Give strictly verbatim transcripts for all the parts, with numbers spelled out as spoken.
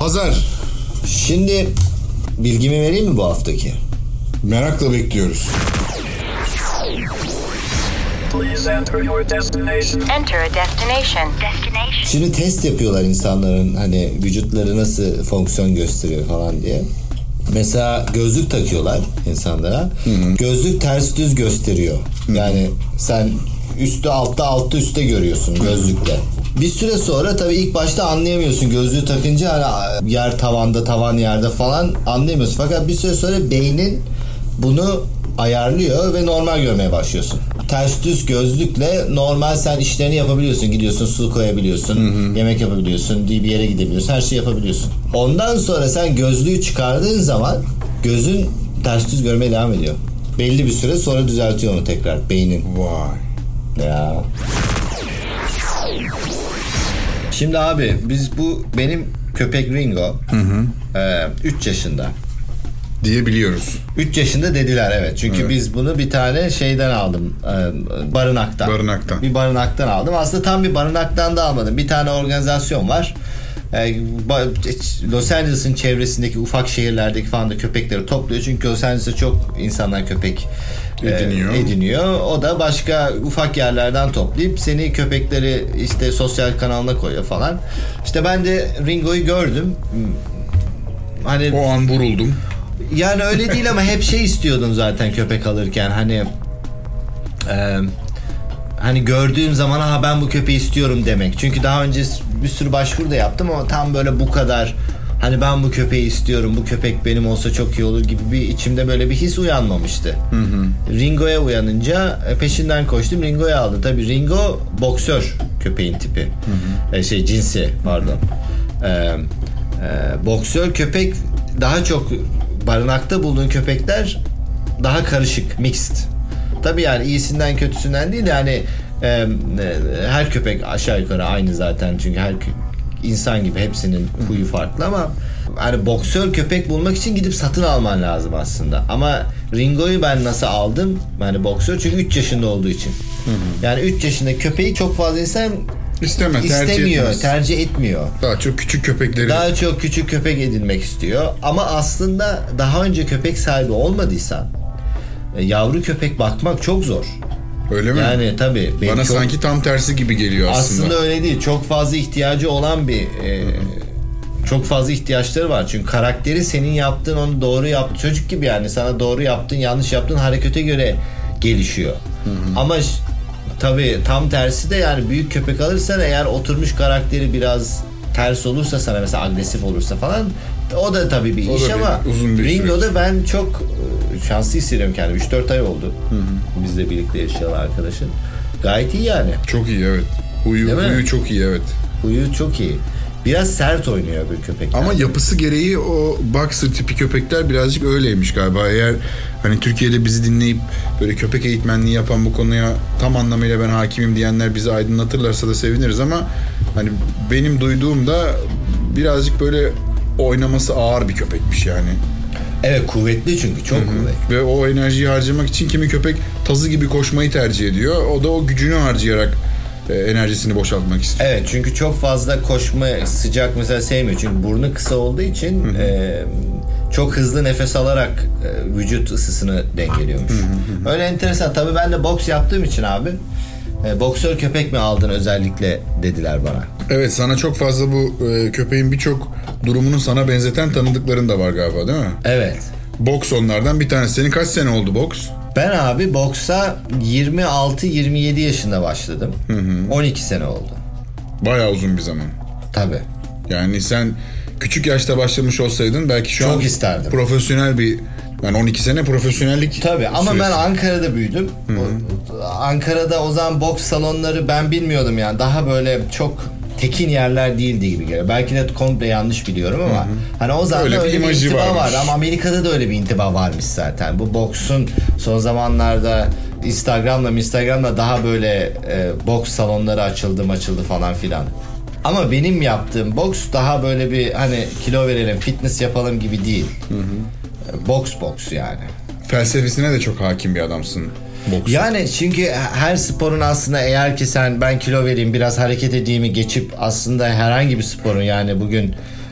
Hazır. Şimdi bilgimi vereyim mi bu haftaki? Merakla bekliyoruz. Please enter your destination. Enter a destination. Destination. Şimdi test yapıyorlar insanların hani vücutları nasıl fonksiyon gösteriyor falan diye. Mesela gözlük takıyorlar insanlara. Hı hı. Gözlük ters düz gösteriyor. Hı hı. Yani sen üstü altta, altta üstte görüyorsun gözlükle. Bir süre sonra tabii ilk başta anlayamıyorsun. Gözlüğü takınca hani yer tavanda, tavan yerde falan anlayamıyorsun. Fakat bir süre sonra beynin bunu ayarlıyor ve normal görmeye başlıyorsun. Ters düz gözlükle normal sen işlerini yapabiliyorsun. Gidiyorsun, su koyabiliyorsun, hı hı. yemek yapabiliyorsun, bir yere gidebiliyorsun, her şeyi yapabiliyorsun. Ondan sonra sen gözlüğü çıkardığın zaman gözün ters düz görmeye devam ediyor. Belli bir süre sonra düzeltiyor onu tekrar beynin. Vay. Ya. Şimdi abi biz bu benim köpek Ringo üç yaşında. Diyebiliyoruz. üç yaşında dediler evet. Çünkü evet. Biz bunu bir tane şeyden aldım. E, barınaktan. Barınaktan. Bir barınaktan aldım. Aslında tam bir barınaktan da almadım. Bir tane organizasyon var. E, Los Angeles'ın çevresindeki ufak şehirlerdeki falan da köpekleri topluyor. Çünkü Los Angeles'ta çok insanlar köpek ediniyor. E, ediniyor. O da başka ufak yerlerden toplayıp seni köpekleri işte sosyal kanalına koyuyor falan. İşte ben de Ringo'yu gördüm. Hani o an vuruldum. Yani öyle değil ama hep şey istiyordum zaten köpek alırken hani e, hani gördüğüm zaman ha ben bu köpeği istiyorum demek. Çünkü daha önce bir sürü başvuru da yaptım ama tam böyle bu kadar hani ben bu köpeği istiyorum, bu köpek benim olsa çok iyi olur gibi bir içimde böyle bir his uyanmamıştı. Hı hı. Ringo'ya uyanınca peşinden koştum, Ringo'ya aldım. Tabii Ringo boksör köpeğin tipi. Hı hı. E, şey cinsi pardon. E, e, boksör köpek daha çok barınakta bulduğun köpekler daha karışık, mixed. Tabii yani iyisinden kötüsünden değil yani e, e, her köpek aşağı yukarı aynı zaten çünkü her insan gibi hepsinin huyu farklı ama hani boksör köpek bulmak için gidip satın alman lazım aslında. Ama Ringo'yu ben nasıl aldım? Yani boksör çünkü üç yaşında olduğu için. Hı hı. Yani üç yaşında köpeği çok fazla insan İsteme, İstemiyor, tercih, tercih etmiyor. Daha çok küçük köpekleri. Daha çok küçük köpek edinmek istiyor. Ama aslında daha önce köpek sahibi olmadıysan yavru köpek bakmak çok zor. Öyle mi? Yani tabii. Bana çok, sanki tam tersi gibi geliyor aslında. Aslında öyle değil. Çok fazla ihtiyacı olan bir e, çok fazla ihtiyaçları var. Çünkü karakteri senin yaptığın onu doğru yaptı. Çocuk gibi yani sana doğru yaptın, yanlış yaptın harekete göre gelişiyor. Hı hı. Ama tabii tam tersi de yani büyük köpek alırsan eğer oturmuş karakteri biraz ters olursa sana mesela agresif olursa falan o da tabii bir o iş ama bir Ringo'da ben çok şanslı hissediyorum kendimi. üç dört ay oldu. Hı hı. Bizle birlikte yaşayan arkadaşın. Gayet iyi yani. Çok iyi evet. Huyu, huyu çok iyi evet. Huyu çok iyi. Biraz sert oynuyor bir köpekler. Ama yapısı gereği o boxer tipi köpekler birazcık öyleymiş galiba. Eğer hani Türkiye'de bizi dinleyip böyle köpek eğitmenliği yapan bu konuya tam anlamıyla ben hakimim diyenler bizi aydınlatırlarsa da seviniriz ama hani benim duyduğumda birazcık böyle oynaması ağır bir köpekmiş yani. Evet kuvvetli çünkü çok Hı-hı. kuvvetli. Ve o enerjiyi harcamak için kimi köpek tazı gibi koşmayı tercih ediyor. O da o gücünü harcayarak enerjisini boşaltmak istiyor. Evet çünkü çok fazla koşma sıcak mesela sevmiyor. Çünkü burnu kısa olduğu için e, çok hızlı nefes alarak e, vücut ısısını dengeliyormuş. Hı hı hı. Öyle enteresan. Tabii ben de boks yaptığım için abi e, boksör köpek mi aldın özellikle dediler bana. Evet sana çok fazla bu e, köpeğin birçok durumunu sana benzeten tanıdıkların da var galiba değil mi? Evet. Boks onlardan bir tanesi. Senin kaç sene oldu boks? Ben abi boksa yirmi altı yirmi yedi yaşında başladım. Hı hı. on iki sene oldu. Bayağı uzun bir zaman. Tabii. Yani sen küçük yaşta başlamış olsaydın belki şu Çok an isterdim. Profesyonel bir yani on iki sene profesyonellik. Tabii ama süresi. Ben Ankara'da büyüdüm. Hı hı. Ankara'da o zaman boks salonları ben bilmiyordum yani daha böyle çok tekin yerler değildi gibi geliyor. Belki de komple yanlış biliyorum ama hı hı. hani o zaman öyle, öyle bir, bir intiba varmış. Var ama Amerika'da da öyle bir intiba varmış zaten. Bu boksun son zamanlarda Instagram'la Instagram'la daha böyle e, boks salonları açıldı açıldı falan filan. Ama benim yaptığım boks daha böyle bir hani kilo verelim, fitness yapalım gibi değil. Hı hı. Boks boks yani. Felsefesine de çok hakim bir adamsın. Boksun. Yani çünkü her sporun aslında eğer ki sen ben kilo vereyim biraz hareket edeyimi geçip aslında herhangi bir sporun yani bugün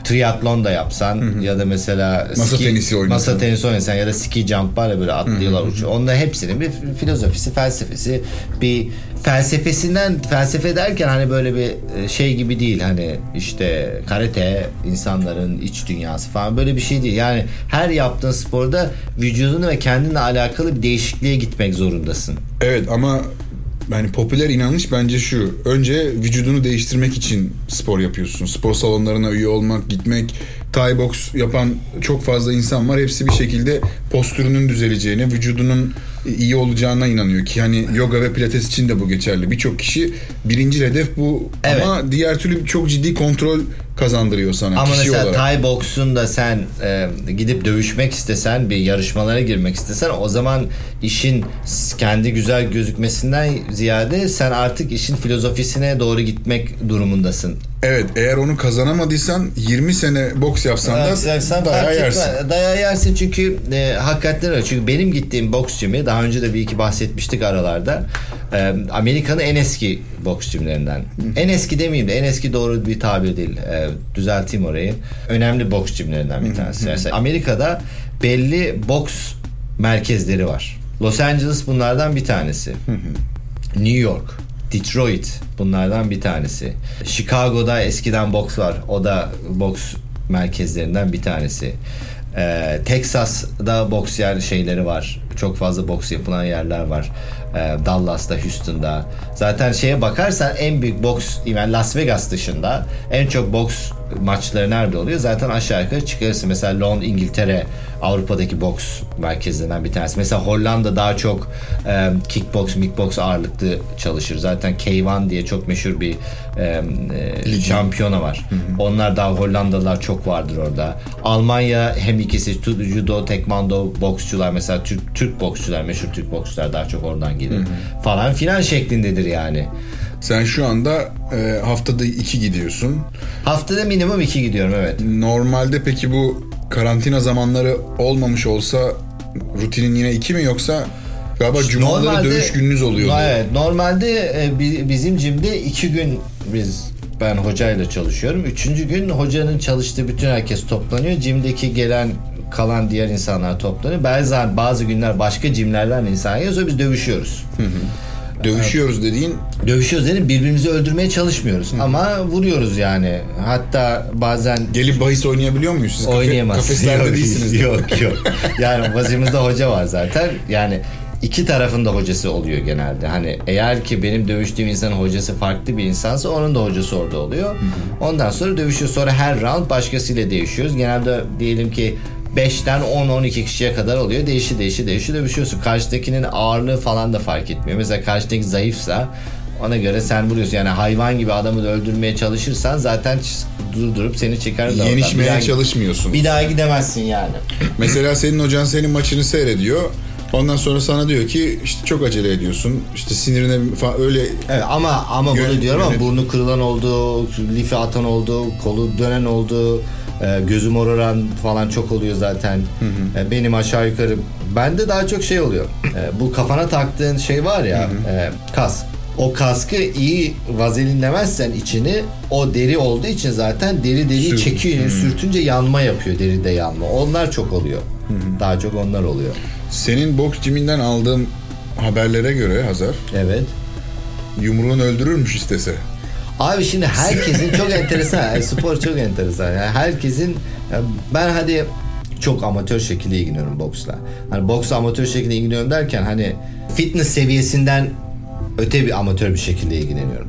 triatlon da yapsan hı hı. ya da mesela masa ski, tenisi oynasan. Masa tenisi oynasan ya da ski jump var ya böyle atlıyorlar uçuyor. Onların hepsinin bir filozofisi, felsefesi, bir felsefesinden felsefe derken hani böyle bir şey gibi değil hani işte karate insanların iç dünyası falan böyle bir şey değil. Yani her yaptığın sporda vücudunu ve kendinle alakalı bir değişikliğe gitmek zorundasın. Evet ama yani popüler inanış bence şu. Önce vücudunu değiştirmek için spor yapıyorsun. Spor salonlarına üye olmak, gitmek, Thai box yapan çok fazla insan var. Hepsi bir şekilde postürünün düzeleceğine, vücudunun iyi olacağına inanıyor ki hani yoga ve pilates için de bu geçerli. Birçok kişi birinci hedef bu evet. Ama diğer türlü çok ciddi kontrol kazandırıyor sana ama kişi mesela olarak. Thai box'un da sen e, gidip dövüşmek istesen, bir yarışmalara girmek istesen o zaman işin kendi güzel gözükmesinden ziyade sen artık işin filozofisine doğru gitmek durumundasın. Evet, eğer onu kazanamadıysan yirmi sene boks yapsan da Yapsan dayağı yersin. Dayağı yersin çünkü e, hakikaten öyle. Çünkü benim gittiğim boks jimi, daha önce de bir iki bahsetmiştik aralarda. E, Amerika'nın en eski boks jimlerinden. Hı. En eski demeyeyim de en eski doğru bir tabir değil. E, düzelteyim orayı. Önemli boks jimlerinden bir tanesi. Yani Amerika'da belli boks merkezleri var. Los Angeles bunlardan bir tanesi. Hı hı. New York, Detroit bunlardan bir tanesi. Chicago'da eskiden boks var. O da boks merkezlerinden bir tanesi. Ee, Texas'da boks yer şeyleri var. Çok fazla boks yapılan yerler var. Ee, Dallas'ta, Houston'da. Zaten şeye bakarsan en büyük boks, yani Las Vegas dışında en çok boks maçları nerede oluyor? Zaten aşağı yukarı çıkarırsın. Mesela Londra, İngiltere, Avrupa'daki boks merkezlerinden bir tanesi. Mesela Hollanda daha çok e, kickbox, mickbox ağırlıklı çalışır. Zaten K bir diye çok meşhur bir e, e, şampiyona var. Hı hı. Onlar daha Hollandalılar çok vardır orada. Almanya hem ikisi judo, tekvando boksçular mesela Türk Türk boksçular, meşhur Türk boksçular daha çok oradan gelir. Hı hı. Falan filan şeklindedir yani. Sen şu anda e, haftada iki gidiyorsun. Haftada minimum iki gidiyorum evet. Normalde peki bu karantina zamanları olmamış olsa rutinin yine iki mi yoksa galiba cumaları normalde, dövüş gününüz oluyordu. Evet, normalde e, bizim jimde iki gün biz ben hocayla çalışıyorum. Üçüncü gün hocanın çalıştığı bütün herkes toplanıyor. Jimdeki gelen kalan diğer insanlar toplanıyor. Bazen bazı günler başka jimlerden insan geliyor. Sonra biz dövüşüyoruz. Hı hı. Dövüşüyoruz dediğin? Dövüşüyoruz dediğin birbirimizi öldürmeye çalışmıyoruz. Hı. Ama vuruyoruz yani. Hatta bazen... Gelip bahis oynayabiliyor muyuz? Siz oynayamaz. Kafeslerde yok, değilsiniz. Yok yok. Yani bazımızda hoca var zaten. Yani iki tarafın da hocası oluyor genelde. Hani eğer ki benim dövüştüğüm insanın hocası farklı bir insansa onun da hocası orada oluyor. Hı hı. Ondan sonra dövüşüyoruz. Sonra her round başkasıyla değişiyoruz. Genelde diyelim ki beşten on on iki kişiye kadar oluyor. Değişi değişi değişi dövüşüyorsun. Karşıdakinin ağırlığı falan da fark etmiyor. Mesela karşıdaki zayıfsa ona göre sen vuruyorsun. Yani hayvan gibi adamı da öldürmeye çalışırsan zaten durdurup seni çıkarır. Yenişmeye bir daha, çalışmıyorsun. Bir daha gidemezsin yani. Mesela senin hocan senin maçını seyrediyor. Ondan sonra sana diyor ki işte çok acele ediyorsun. İşte sinirine falan öyle. Evet ama ama bunu diyorum ama burnu kırılan oldu, lifi atan oldu, kolu dönen oldu. Gözü moraran falan çok oluyor zaten. Hı hı. Benim aşağı yukarı bende daha çok şey oluyor. Bu kafana taktığın şey var ya, hı hı. kask. O kaskı iyi vazelinlemezsen içini, o deri olduğu için zaten deri deriyi Sür. çekiyor. Hı. Sürtünce yanma yapıyor, deride yanma. Onlar çok oluyor. Hı hı. Daha çok onlar oluyor. Senin boks jiminden aldığım haberlere göre Hazar. Evet. Yumruğun öldürürmüş istese. Abi şimdi herkesin çok enteresan, spor çok enteresan. Yani herkesin, ben hadi çok amatör şekilde ilgileniyorum boksla. Hani boksla amatör şekilde ilgileniyorum derken hani fitness seviyesinden öte bir amatör bir şekilde ilgileniyorum.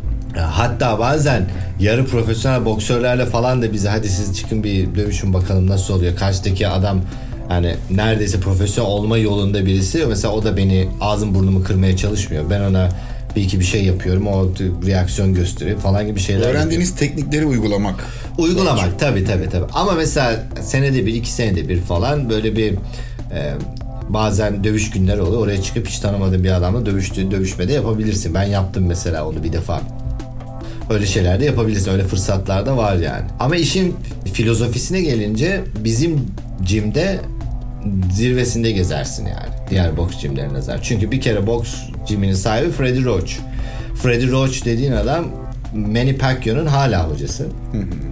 Hatta bazen yarı profesyonel boksörlerle falan da bize hadi siz çıkın bir dövüşün bakalım nasıl oluyor. Karşıdaki adam hani neredeyse profesyonel olma yolunda birisi. Mesela o da beni ağzım burnumu kırmaya çalışmıyor. Ben ona bir iki bir şey yapıyorum, o reaksiyon gösteriyor falan gibi şeyler. Öğrendiğiniz yapıyorum. Teknikleri uygulamak. Uygulamak tabii tabii tabii. Ama mesela senede bir, iki senede bir falan böyle bir e, bazen dövüş günleri oluyor. Oraya çıkıp hiç tanımadığın bir adamla dövüştüğün dövüşmede yapabilirsin. Ben yaptım mesela onu bir defa. Öyle şeyler de yapabilirsin. Öyle fırsatlar da var yani. Ama işin filozofisine gelince bizim jimde zirvesinde gezersin yani. Diğer boks jimlerine nazaran. Çünkü bir kere boks jiminin sahibi Freddie Roach. Freddie Roach dediğin adam Manny Pacquiao'nun hala hocası. Hı hı.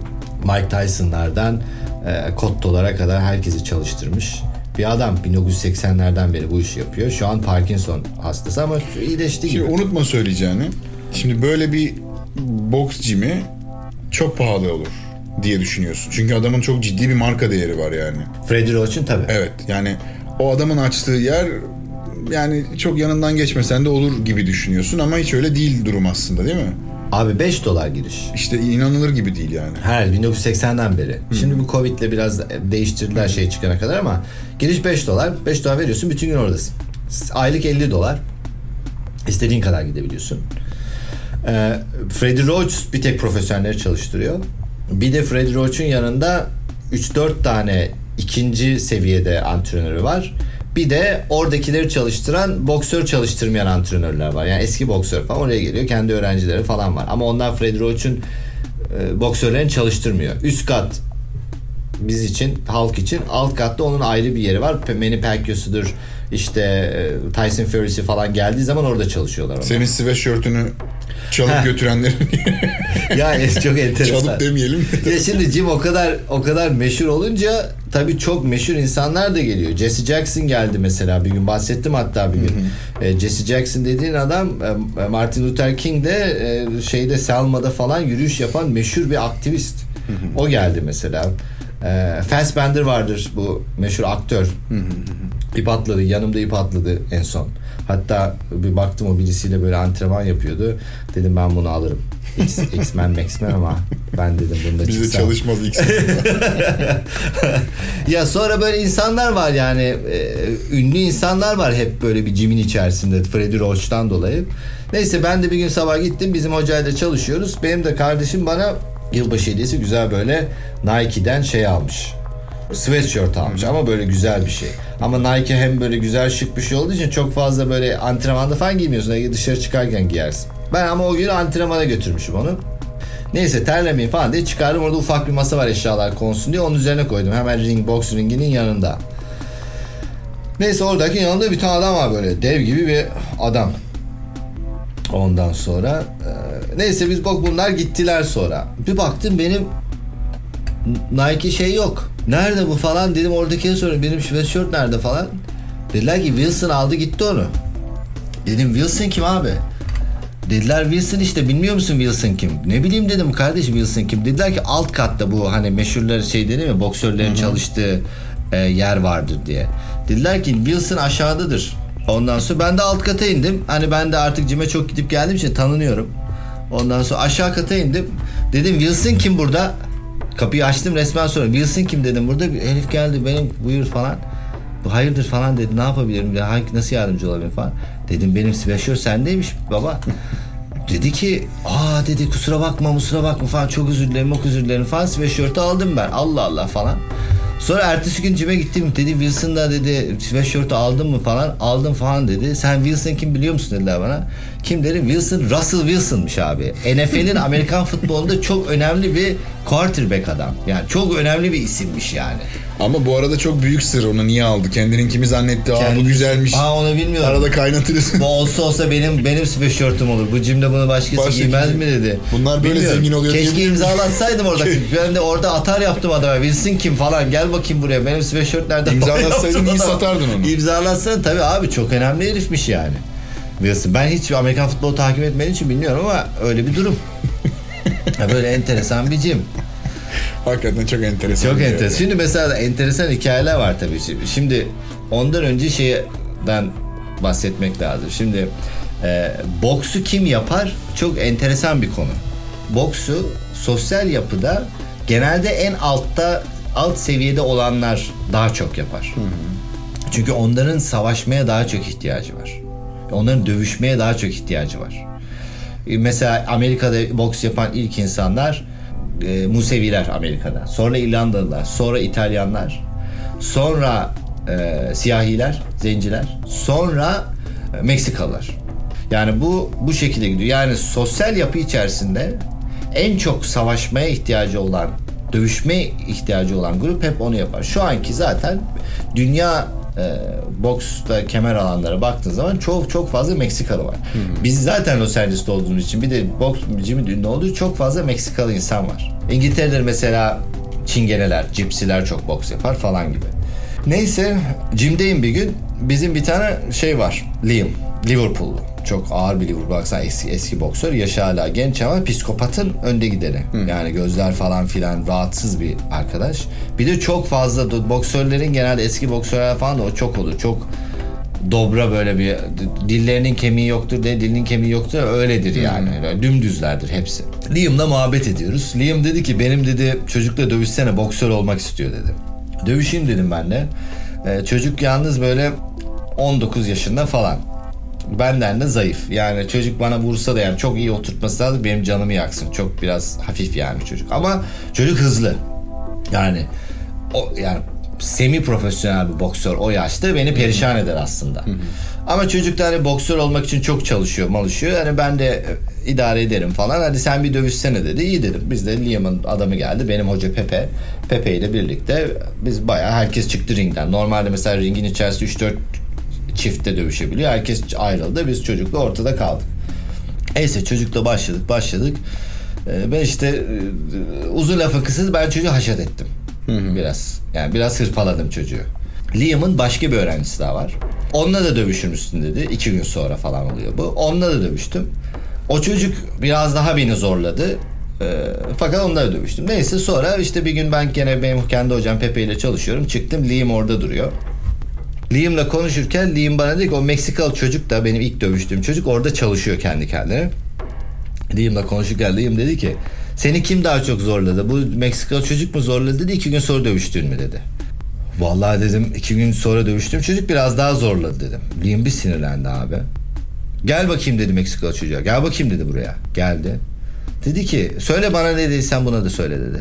Mike Tyson'lardan e, Cotto'lara kadar herkesi çalıştırmış bir adam. bin dokuz yüz seksenlerden beri bu işi yapıyor. Şu an Parkinson hastası ama iyileşti gibi. Şimdi unutma söyleyeceğini. Şimdi böyle bir boks gym'i çok pahalı olur diye düşünüyorsun. Çünkü adamın çok ciddi bir marka değeri var yani. Freddie Roach'un tabii. Evet yani o adamın açtığı yer yani çok yanından geçmesen de olur gibi düşünüyorsun ama hiç öyle değil durum aslında, değil mi? Abi beş dolar giriş. İşte inanılır gibi değil yani. Her bin dokuz yüz seksenden beri. Hmm. Şimdi bu Covid'le biraz değiştirdiler hmm. şey çıkana kadar ama giriş beş dolar. beş dolar veriyorsun, bütün gün oradasın. Aylık elli dolar. İstediğin kadar gidebiliyorsun. Ee, Freddie Roach bir tek profesyonelleri çalıştırıyor. Bir de Freddie Roach'un yanında üç dört tane ikinci seviyede antrenörü var. Bir de oradakileri çalıştıran, boksör çalıştırmayan antrenörler var. Yani eski boksör falan oraya geliyor. Kendi öğrencileri falan var. Ama onlar Freddie Roach'un e, boksörlerini çalıştırmıyor. Üst kat biz için, halk için. Alt katta onun ayrı bir yeri var. Manny Pacquiao'sudur, işte e, Tyson Fury'si falan geldiği zaman orada çalışıyorlar onlar. Senin sweatshirt'ünü çalıp götürenlerin yani çok enteresan. Çalıp demeyelim. Ya şimdi Jim o kadar o kadar meşhur olunca tabii çok meşhur insanlar da geliyor. Jesse Jackson geldi mesela bir gün, bahsettim hatta bir gün. E, Jesse Jackson dediğin adam e, Martin Luther King'de e, şeyde Selma'da falan yürüyüş yapan meşhur bir aktivist. O geldi mesela. E, Fassbender vardır, bu meşhur aktör. İp atladı, yanımda ip atladı en son. Hatta bir baktım o birisiyle böyle antrenman yapıyordu. Dedim ben bunu alırım. X, X-Men, X-Men ama ben dedim bunda çıksam. Bizde çalışmaz X-Men. Ya sonra böyle insanlar var yani e, ünlü insanlar var hep böyle bir gym'in içerisinde Freddie Roach'tan dolayı. Neyse ben de bir gün sabah gittim, bizim hocayla çalışıyoruz. Benim de kardeşim bana yılbaşı hediyesi güzel böyle Nike'den şey almış. Sweatshirt almış ama böyle güzel bir şey. Ama Nike hem böyle güzel şık bir şey olduğu için çok fazla böyle antrenmanda falan giymiyorsun. Dışarı çıkarken giyersin. Ben ama o gün antrenmana götürmüşüm onu. Neyse terlemeyin falan diye çıkardım. Orada ufak bir masa var eşyalar konsun diye. Onun üzerine koydum. Hemen ring, box ringinin yanında. Neyse oradaki yanında bir tane adam var böyle. Dev gibi bir adam. Ondan sonra e, neyse biz bak bunlar gittiler sonra. Bir baktım benim Nike şey yok. Nerede bu falan dedim, oradakine sonra benim sweatshirt nerede falan. Dediler ki Wilson aldı gitti onu. Dedim Wilson kim abi? Dediler Wilson işte, bilmiyor musun Wilson kim? Ne bileyim dedim kardeşim Wilson kim? Dediler ki alt katta bu hani meşhurlar şey değil mi, boksörlerin Hı-hı. çalıştığı e, yer vardır diye. Dediler ki Wilson aşağıdadır. Ondan sonra ben de alt kata indim. Hani ben de artık cime çok gidip geldiğim için tanınıyorum. Ondan sonra aşağı kata indim. Dedim Wilson kim burada? Kapıyı açtım resmen sonra. Wilson kim dedim burada. Bir herif geldi benim, buyur falan. Bu hayırdır falan dedi. Ne yapabilirim? Ya, nasıl yardımcı olabilirim falan. Dedim benim sweatshirt sendeymiş baba. Dedi ki aa dedi kusura bakma kusura bakma falan, çok özür dilerim çok özür dilerim falan, sweatshirt'ı aldım ben. Allah Allah falan. Sonra ertesi gün cime gittim, dedi Wilson da dedi sweatshirt'ı aldın mı falan, aldım falan dedi. Sen Wilson kim biliyor musun dediler bana. Kim dedim, Wilson Russell Wilson'mış abi. N F L'in Amerikan futbolunda çok önemli bir quarterback adam. Yani çok önemli bir isimmiş yani. Ama bu arada çok büyük sır, onu niye aldı? Kendinin kimi zannetti? Aa Kendisi, bu güzelmiş. Aa onu bilmiyorum. Arada kaynatırız. Bu olsa olsa benim benim sweatshirt'ım olur. Bu cimde bunu başkası Başka giymez kim? mi dedi. Bunlar böyle bilmiyorum. Zengin oluyor. Keşke imzalatsaydım orada. Ben de orada atar yaptım adama. Wilson kim falan, gel bakayım buraya. Benim sweatshirt nerede? İmzalatsaydın iyi satardın onu. İmzalatsan tabii abi, çok önemli herifmiş yani. Wilson. Ben hiç Amerikan futbolu takip etmediğim için bilmiyorum ama öyle bir durum. Böyle enteresan bir cim. Hakikaten çok enteresan. Çok enteresan. Yani. Şimdi mesela enteresan hikayeler var tabii. Şimdi ondan önce şeyden bahsetmek lazım. Şimdi e, boksu kim yapar? Çok enteresan bir konu. Boksu sosyal yapıda genelde en altta, alt seviyede olanlar daha çok yapar. Hı hı. Çünkü onların savaşmaya daha çok ihtiyacı var. Onların dövüşmeye daha çok ihtiyacı var. Mesela Amerika'da boks yapan ilk insanlar e, Museviler Amerika'da. Sonra İrlandalılar, sonra İtalyanlar, sonra e, siyahiler, zenciler, sonra e, Meksikalılar. Yani bu bu şekilde gidiyor. Yani sosyal yapı içerisinde en çok savaşmaya ihtiyacı olan, dövüşmeye ihtiyacı olan grup hep onu yapar. Şu anki zaten dünya e, boksla kemer alanlara baktığın zaman çok çok fazla Meksikalı var. Hmm. Biz zaten Los Angeles'ta olduğumuz için bir de boks Jimmy ünlü olduğu çok fazla Meksikalı insan var. İngiltere'de mesela Çingeneler, Cipsiler çok boks yapar falan gibi. Neyse, gym'deyim bir gün. Bizim bir tane şey var. Liam. Liverpool'lu. Çok ağır bir Liverpool. Baksana eski, eski boksör. Yaşı hala genç ama psikopatın önde gideni. Hı. Yani gözler falan filan rahatsız bir arkadaş. Bir de çok fazla boksörlerin genelde eski boksörler falan da o çok olur. Çok dobra böyle bir dillerinin kemiği yoktur de dilinin kemiği yoktur öyledir yani. Hmm. Dümdüzlerdir hepsi. Liam'la muhabbet ediyoruz. Liam dedi ki benim dedi çocukla dövüşsene boksör olmak istiyor dedi. Dövüşeyim dedim ben de. Ee, çocuk yalnız böyle on dokuz yaşında falan. Benden de zayıf. Yani çocuk bana vursa da yani çok iyi oturtması lazım. Benim canımı yaksın. Çok biraz hafif yani çocuk. Ama çocuk hızlı. Yani o yani semi profesyonel bir boksör o yaşta beni perişan eder aslında. Hı hı. Ama çocuk da hani boksör olmak için çok çalışıyor, malışıyor. Yani ben de idare ederim falan. Hadi sen bir dövüşsene dedi. İyi dedim. Biz de Liam'ın adamı geldi. Benim hoca Pepe. Pepe ile birlikte biz bayağı herkes çıktı ringden. Normalde mesela ringin içerisinde üç dört çiftte dövüşebiliyor. Herkes ayrıldı. Biz çocukla ortada kaldık. Neyse çocukla başladık başladık. Ee, ben işte e, uzun lafın kısası ben çocuğu haşat ettim. Hı hı. Biraz. Yani biraz hırpaladım çocuğu. Liam'ın başka bir öğrencisi daha var. Onunla da dövüşür müsün dedi. İki gün sonra falan oluyor bu. Onunla da dövüştüm. O çocuk biraz daha beni zorladı. E, fakat onunla da dövüştüm. Neyse sonra işte bir gün ben gene benim kendi hocam Pepe ile çalışıyorum. Çıktım Liam orada duruyor. Liam'la konuşurken Liam bana dedi ki o Meksikalı çocuk da benim ilk dövüştüğüm çocuk orada çalışıyor kendi kendine. Liam'la konuşurken Liam dedi ki seni kim daha çok zorladı? Bu Meksikalı çocuk mu zorladı dedi. İki gün sonra dövüştün mü dedi. Vallahi dedim iki gün sonra dövüştüm. Çocuk biraz daha zorladı dedim. Liam bir sinirlendi abi. Gel bakayım dedi Meksikalı çocuğa. Gel bakayım dedi buraya. Geldi. Dedi ki söyle bana ne dediysen buna da söyle dedi.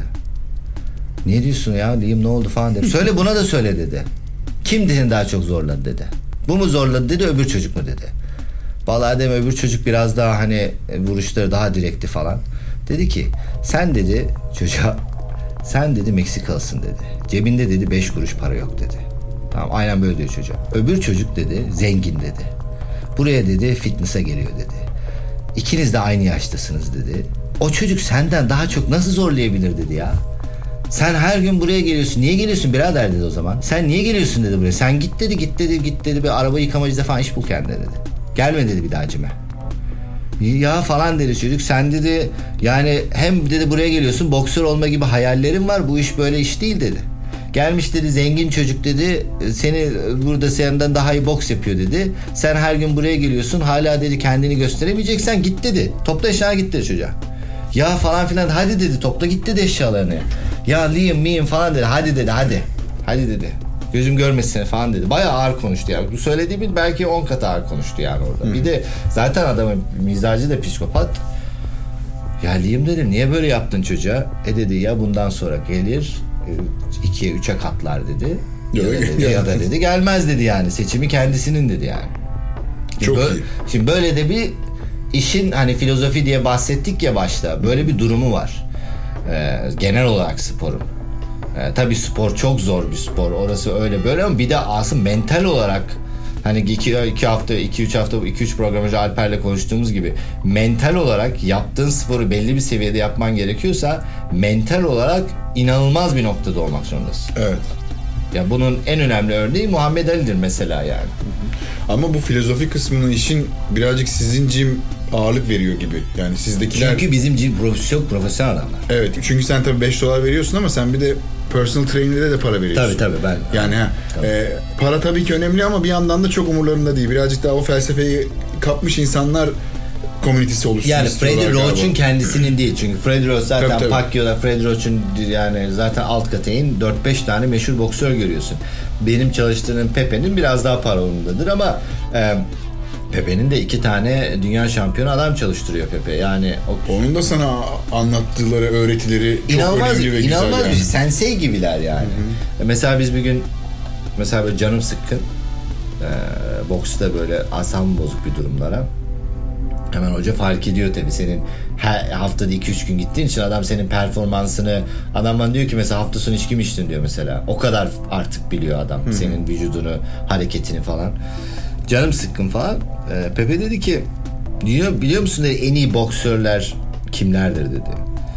Ne diyorsun ya Liam ne oldu falan dedim. Söyle buna da söyle dedi. Kim seni daha çok zorladı dedi. Bu mu zorladı dedi öbür çocuk mu dedi. Vallahi dedim öbür çocuk biraz daha hani vuruşları daha direkti falan. Dedi ki sen dedi çocuğa sen dedi Meksikalısın dedi. Cebinde dedi beş kuruş para yok dedi. Tamam aynen böyle diyor çocuğa. Öbür çocuk dedi zengin dedi. Buraya dedi fitness'a geliyor dedi. İkiniz de aynı yaştasınız dedi. O çocuk senden daha çok nasıl zorlayabilir dedi ya. Sen her gün buraya geliyorsun. Niye geliyorsun birader dedi o zaman. Sen niye geliyorsun dedi buraya. Sen git dedi git dedi git dedi. Bir araba yıkamacıda falan iş bul kendine dedi. Gelme dedi bir daha cime. Ya falan dedi çocuk. Sen dedi yani hem dedi buraya geliyorsun boksör olma gibi hayallerin var. Bu iş böyle iş değil dedi. Gelmiş dedi zengin çocuk dedi. Seni burada senden daha iyi boks yapıyor dedi. Sen her gün buraya geliyorsun. Hala dedi kendini gösteremeyeceksen git dedi. Topla eşyalarını git dedi çocuğa. Ya falan filan hadi dedi topla git dedi eşyalarını. Ya Liam miyim falan dedi. Hadi dedi hadi. Hadi dedi. Gözüm görmesin falan dedi. Bayağı ağır konuştu yani. Bu söylediğimin belki on kat ağır konuştu yani orada. Hı. Bir de zaten adamın mizacı da psikopat. Ya Liam dedim niye böyle yaptın çocuğa? E dedi ya bundan sonra gelir ikiye üçe katlar dedi. Ya da dedi, ya da dedi gelmez dedi yani. Seçimi kendisinin dedi yani. Çok böyle, iyi. Şimdi böyle de bir işin hani filozofi diye bahsettik ya başta. Böyle bir durumu var. Ee, genel olarak sporun. Ee, tabii spor çok zor bir spor. Orası öyle böyle ama bir de aslında mental olarak hani iki, iki hafta, iki üç hafta, iki üç program önce Alper'le konuştuğumuz gibi mental olarak yaptığın sporu belli bir seviyede yapman gerekiyorsa mental olarak inanılmaz bir noktada olmak zorundasın. Evet. Ya bunun en önemli örneği Muhammed Ali'dir mesela yani. Ama bu filozofi kısmının işin birazcık sizin cim ağırlık veriyor gibi. Yani sizdekiler... Çünkü bizim cim profesyonel, profesyonel adamlar. Evet. Çünkü sen tabii beş dolar veriyorsun ama sen bir de personal trainer'e de para veriyorsun. Tabii tabii ben. Yani ha, tabii. E, para tabii ki önemli ama bir yandan da çok umurlarında değil. Birazcık daha o felsefeyi kapmış insanlar komünitesi oluşsun yani istiyorlar. Yani Freddie Roach'un kendisinin değil. Çünkü Freddie Roach zaten tabii, tabii. Pacquiao'da Freddie Roach'un yani zaten alt kateyin dört beş tane meşhur boksör görüyorsun. Benim çalıştığım Pepe'nin biraz daha para onundadır ama e, Pepe'nin de iki tane dünya şampiyonu adam çalıştırıyor Pepe. Yani o... onun da sana anlattıkları öğretileri çok inanılmaz, önemli ve güzel. İnanılmaz yani. bir şey. Sensei gibiler yani. Hı hı. Mesela biz bir gün mesela böyle canım sıkkın e, boksta böyle asabım bozuk bir durumlara Hemen hoca fark ediyor tabii senin her haftada iki üç gün gittiğin için adam senin performansını, adam bana diyor ki mesela hafta sonu içki mi içtin diyor mesela. O kadar artık biliyor adam Hı-hı. senin vücudunu, hareketini falan. Canım sıkkın falan. Ee, Pepe dedi ki biliyor, biliyor musun dedi, en iyi boksörler kimlerdir dedi.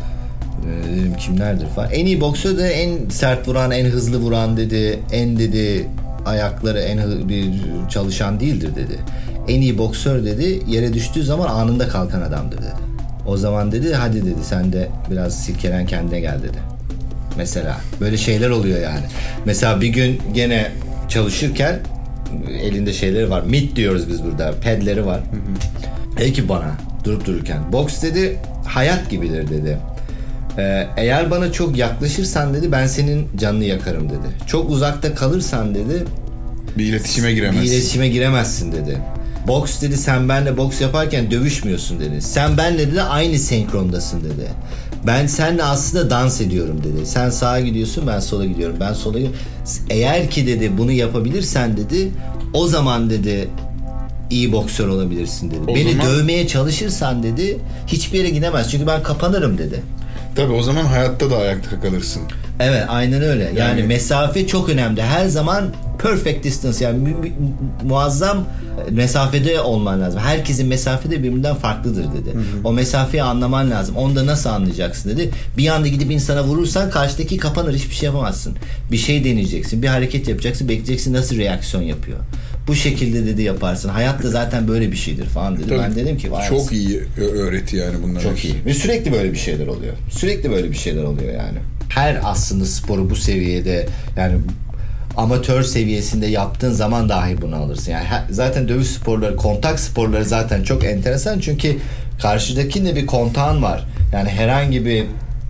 Ee, dedim kimlerdir falan. En iyi boksör de en sert vuran, en hızlı vuran dedi. En dedi ayakları en hı- bir çalışan değildir dedi. En iyi boksör dedi yere düştüğü zaman anında kalkan adamdır dedi. O zaman dedi hadi dedi sen de biraz silkelen kendine gel dedi. Mesela böyle şeyler oluyor yani. Mesela bir gün gene çalışırken elinde şeyleri var. Mitt diyoruz biz burada. Pedleri var. Dedi ki bana durup dururken boks dedi hayat gibidir dedi. Ee, eğer bana çok yaklaşırsan dedi ben senin canını yakarım dedi. Çok uzakta kalırsan dedi bir iletişime giremezsin. Bir iletişime giremezsin dedi. Boks dedi sen benle boks yaparken dövüşmüyorsun dedi. Sen benle dedi aynı senkrondasın dedi. Ben seninle aslında dans ediyorum dedi. Sen sağa gidiyorsun ben sola gidiyorum. Ben sola gidiyorum. Eğer ki dedi bunu yapabilirsen dedi o zaman dedi iyi boksör olabilirsin dedi. O Beni zaman... dövmeye çalışırsan dedi hiçbir yere gidemez. Çünkü ben kapanırım dedi. Tabii o zaman hayatta da ayakta kalırsın. Evet aynen öyle. Yani, yani mesafe çok önemli. Her zaman perfect distance yani mu- mu- muazzam mesafede olman lazım. Herkesin mesafede birbirinden farklıdır dedi. Hı hı. O mesafeyi anlaman lazım. Onu da nasıl anlayacaksın dedi. Bir anda gidip insana vurursan karşıdaki kapanır, hiçbir şey yapamazsın. Bir şey deneyeceksin, bir hareket yapacaksın, bekleyeceksin nasıl reaksiyon yapıyor. Bu şekilde dedi yaparsın. Hayat da zaten böyle bir şeydir falan dedi. Tabii, ben dedim ki vay çok aslında. iyi öğreti yani bunlar. Çok iyi. Ve sürekli böyle bir şeyler oluyor. Sürekli böyle bir şeyler oluyor yani. Her aslında sporu bu seviyede yani amatör seviyesinde yaptığın zaman dahi bunu alırsın. Yani zaten dövüş sporları, kontak sporları zaten çok enteresan çünkü karşıdakinde bir kontağın var. Yani herhangi bir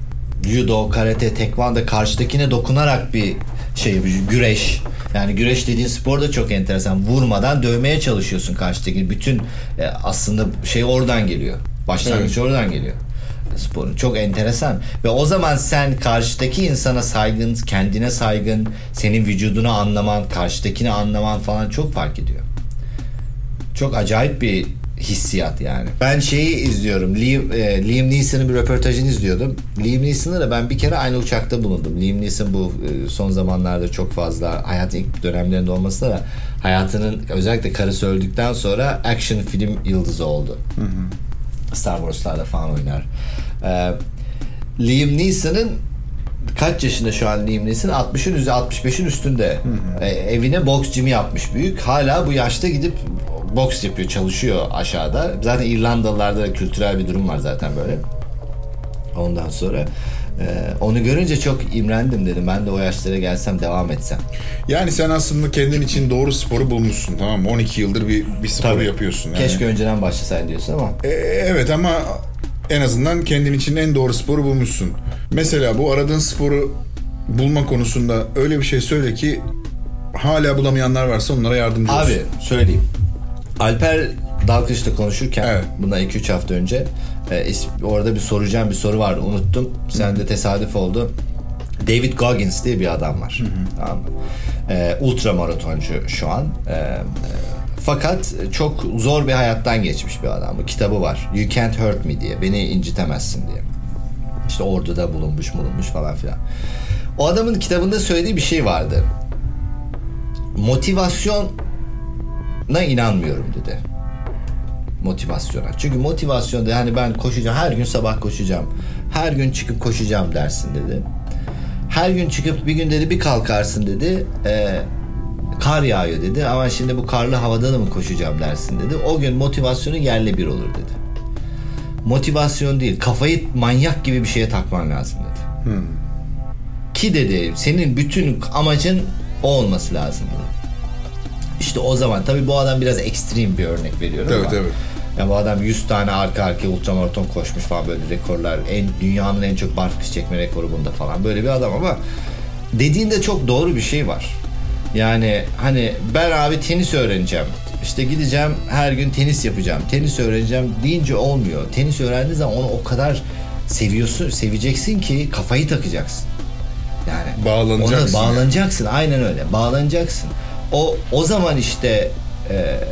judo, karate, tekvando karşıdakine dokunarak bir şey, bir güreş. Yani güreş dediğin spor da çok enteresan. Vurmadan dövmeye çalışıyorsun karşıdaki. Bütün e, aslında şey oradan geliyor. Başlangıç evet. oradan geliyor. Sporun çok enteresan ve o zaman sen karşıdaki insana saygın, kendine saygın, senin vücudunu anlaman, karşıdakini anlaman falan çok fark ediyor. Çok acayip bir hissiyat yani. Ben şeyi izliyorum. Liam, e, Liam Neeson'ın bir röportajını izliyordum. Liam Neeson'la da ben bir kere aynı uçakta bulundum. Liam Neeson bu e, son zamanlarda çok fazla hayatın ilk dönemlerinde olması da hayatının özellikle karısı öldükten sonra action film yıldızı oldu. Hı hı. Star Wars'larda falan oynar. Ee, Liam Neeson'ın kaç yaşında şu an Liam Neeson? altmışın üzeri, altmış beşin üstünde. Hı hı. Ee, evine boks jimi yapmış büyük. Hala bu yaşta gidip boks yapıyor, çalışıyor aşağıda. Zaten İrlandalılarda da kültürel bir durum var zaten böyle. Ondan sonra e, onu görünce çok imrendim dedim. Ben de o yaşlara gelsem devam etsem. Yani sen aslında kendin için doğru sporu bulmuşsun, tamam mı? on iki yıldır bir, bir spor Tabii. yapıyorsun. Yani. Keşke önceden başlasaydın diyorsun ama. E, evet ama en azından kendin için en doğru sporu bulmuşsun. Mesela bu aradığın sporu bulma konusunda öyle bir şey söyle ki hala bulamayanlar varsa onlara yardımcı olsun. Abi söyleyeyim. Alper Dalkış'la konuşurken evet. bundan iki üç hafta önce e, orada bir soracağım bir soru vardı, unuttum. Sen de tesadüf oldu. David Goggins diye bir adam var. Hı hı. Tamam mı? E, ultra maratoncu şu an. E, e, fakat çok zor bir hayattan geçmiş bir adam. Bu kitabı var. You Can't Hurt Me diye. Beni incitemezsin diye. İşte orduda bulunmuş bulunmuş falan filan. O adamın kitabında söylediği bir şey vardı. Motivasyona inanmıyorum dedi. Motivasyona. Çünkü motivasyonda hani ben koşacağım, her gün sabah koşacağım, her gün çıkıp koşacağım dersin dedi. Her gün çıkıp bir gün dedi bir kalkarsın dedi, e, kar yağıyor dedi, ama şimdi bu karlı havada da mı koşacağım dersin dedi. O gün motivasyonu yerle bir olur dedi. Motivasyon değil, kafayı manyak gibi bir şeye takman lazım dedi. Hmm. Ki dedi senin bütün amacın o olması lazım dedi. İşte o zaman tabii bu adam biraz ekstrem bir örnek veriyor evet, ama evet. Yani bu adam yüz tane arka arkaya ultramaraton koşmuş falan, böyle rekorlar, en dünyanın en çok barfiks çekme rekoru bunda falan, böyle bir adam. Ama dediğinde çok doğru bir şey var. Yani hani ben abi tenis öğreneceğim, işte gideceğim her gün tenis yapacağım, tenis öğreneceğim deyince olmuyor. Tenis öğrendiğin zaman onu o kadar seviyorsun, seveceksin ki kafayı takacaksın. Yani bağlanacaksın. Ona bağlanacaksın yani. Aynen öyle. Bağlanacaksın. O o zaman işte e,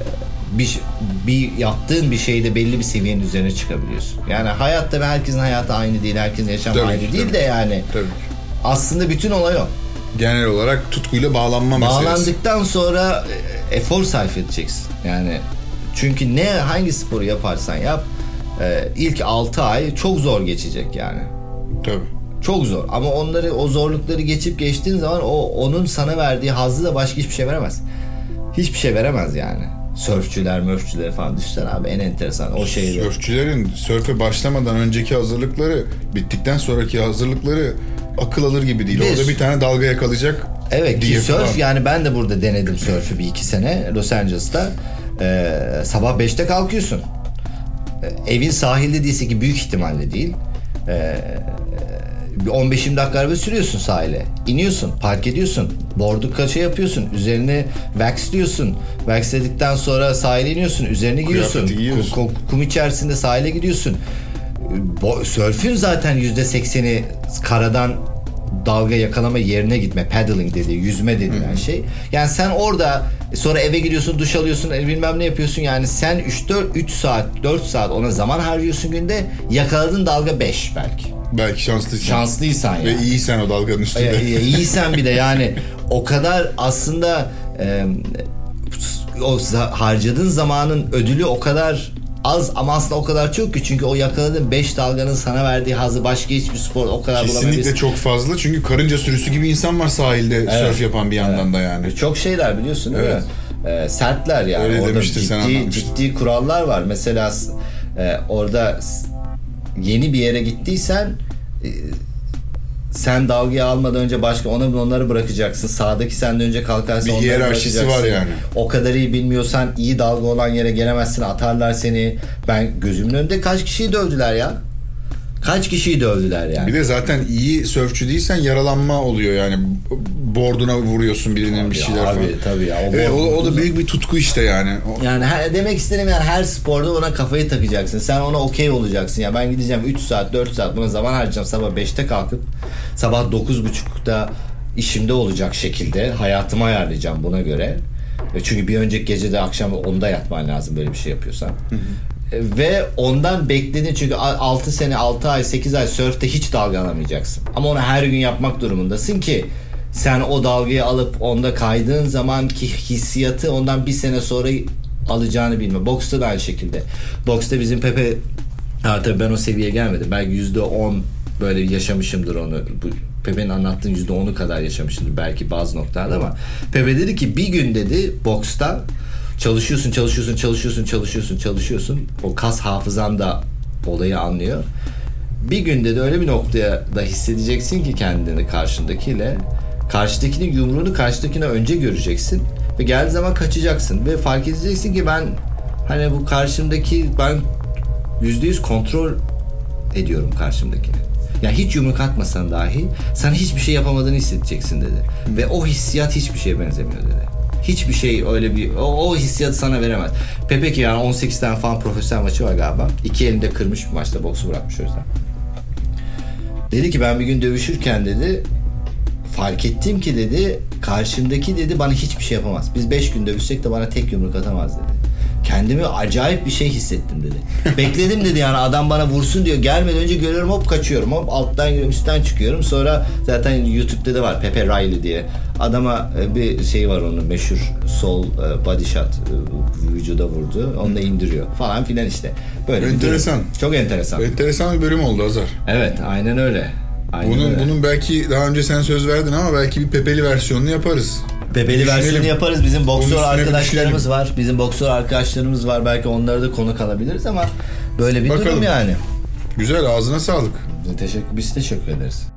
bir bir yaptığın bir şeyde belli bir seviyenin üzerine çıkabiliyorsun. Yani hayatta ve herkesin hayatı aynı değil, herkesin yaşamı Tabii aynı ki, değil tabii. de yani. Tabii. Aslında bütün olay o. Genel olarak tutkuyla bağlanma meselesi. Bağlandıktan sonra e, efor sarf edeceksin. Yani çünkü ne hangi sporu yaparsan yap e, ilk altı ay çok zor geçecek yani. Tabii. Çok zor ama onları o zorlukları geçip geçtiğin zaman o onun sana verdiği hazzı da başka hiçbir şey veremez. Hiçbir şey veremez yani. Sörfçüler, mörfçüler falan düşsen abi en enteresan o şeydi. Sörfçülerin sörfe başlamadan önceki hazırlıkları, bittikten sonraki hazırlıkları akıl alır gibi değil. Bir, Orada bir tane dalga yakalayacak. Evet ki diye sörf falan. yani ben de burada denedim sörfü bir iki sene Los Angeles'ta. Ee, sabah beşte kalkıyorsun. Ee, evin sahilde değilse ki büyük ihtimalle değil. Ee, bir on beş yirmi dakika araba sürüyorsun sahile. İniyorsun, park ediyorsun. Board'u kaça yapıyorsun. Üzerine waxliyorsun. Waxledikten sonra sahile iniyorsun. Üzerine giyiyorsun. Kıyafeti giyiyorsun. Kum, kum içerisinde sahile gidiyorsun. Bo- Sörfün zaten yüzde sekseni karadan dalga yakalama yerine gitme, paddling dediği, yüzme dediğin şey. Yani sen orada sonra eve gidiyorsun, duş alıyorsun, bilmem ne yapıyorsun. Yani sen üç dört üç saat, dört saat ona zaman harcıyorsun günde. Yakaladığın dalga beş belki. Belki şanslıysan. Şanslıysan yani. Ve iyiysen o dalganın üstünde. Ya, iyiysen bir de yani o kadar aslında e, o harcadığın zamanın ödülü o kadar az ama aslında o kadar çok ki çünkü o yakaladığın beş dalganın sana verdiği hazzı başka hiçbir spor o kadar Kesinlikle bulamayabilirsin. çok fazla çünkü karınca sürüsü gibi insan var sahilde evet. Sörf yapan bir yandan evet. da yani. Çok şeyler biliyorsun değil evet. mi? Ee, sertler yani. Öyle orada demiştir, ciddi, ciddi kurallar var. Mesela e, orada yeni bir yere gittiysen e, sen dalgayı almadan önce başka ona onları bırakacaksın. Sağdaki senden önce kalkarsa bir onları hiyerarşisi bırakacaksın. var yani. O kadar iyi bilmiyorsan iyi dalga olan yere gelemezsin. Atarlar seni. Ben gözümün önünde kaç kişiyi dövdüler ya. Kaç kişiyi dövdüler yani. Bir de zaten iyi sörfçü değilsen yaralanma oluyor yani. Borduna vuruyorsun birinin abi bir şeyler abi, falan. Tabii ya. O, evet, o, o da büyük bir tutku işte yani. O... Yani her, demek istedim yani her sporda ona kafayı takacaksın. Sen ona okey olacaksın. Ya ben gideceğim üç saat dört saat buna zaman harcayacağım. Sabah beşte kalkıp sabah dokuz buçukta işimde olacak şekilde hayatımı ayarlayacağım buna göre. Çünkü bir önceki gecede akşam onda yatman lazım böyle bir şey yapıyorsan. Hı hı. Ve ondan bekledin çünkü altı sene altı ay sekiz ay sörfte hiç dalgalamayacaksın. Ama onu her gün yapmak durumundasın ki sen o dalgayı alıp onda kaydığın zaman ki hissiyatı ondan bir sene sonra alacağını bilme. Boksta da aynı şekilde. Boksta bizim Pepe ha tabii ben o seviyeye gelmedim. Belki yüzde on böyle yaşamışımdır onu. Bu Pepe'nin anlattığın yüzde onu kadar yaşamışımdır belki bazı noktalarda ama Pepe dedi ki bir gün dedi boksta çalışıyorsun, çalışıyorsun, çalışıyorsun, çalışıyorsun, çalışıyorsun. O kas hafızan da olayı anlıyor. Bir günde de öyle bir noktaya da hissedeceksin ki kendini karşındakiyle. Karşıdakinin yumruğunu karşıdakine önce göreceksin. Ve geldiği zaman kaçacaksın. Ve fark edeceksin ki ben hani bu karşımdaki ben yüzde yüz kontrol ediyorum karşımdakini. Yani hiç yumruk atmasan dahi sana hiçbir şey yapamadığını hissedeceksin dedi. Hı. Ve o hissiyat hiçbir şeye benzemiyor dedi. Hiçbir şey öyle bir o, o hissiyatı sana veremez. Pepe ki yani on sekiz tane falan profesyonel maçı var galiba. İki elinde kırmış bir maçta boksu bırakmış o yüzden. Dedi ki ben bir gün dövüşürken dedi fark ettim ki dedi karşımdaki dedi bana hiçbir şey yapamaz. Biz beş gün dövüşsek de bana tek yumruk atamaz dedi. Kendimi acayip bir şey hissettim dedi. Bekledim dedi yani adam bana vursun diyor. Gelmeden önce görüyorum hop kaçıyorum. Hop alttan giriyorum üstten çıkıyorum. Sonra zaten YouTube'da da var Pepe Riley diye. Adama bir şey var onun meşhur sol body shot vücuda vurdu. Onu da indiriyor falan filan işte. Böyle enteresan. Çok enteresan. Enteresan bir bölüm oldu Azar. Evet aynen öyle. Aynen bunun, öyle. Bunun belki daha önce sen söz verdin ama belki bir Pepeli versiyonunu yaparız. Pepeli versiyonu yaparız. Bizim boksör arkadaşlarımız var. Bizim boksör arkadaşlarımız var. Belki onları da konuk alabiliriz ama böyle bir Bakalım. Durum yani. Güzel ağzına sağlık. Teşekkür, biz teşekkür ederiz.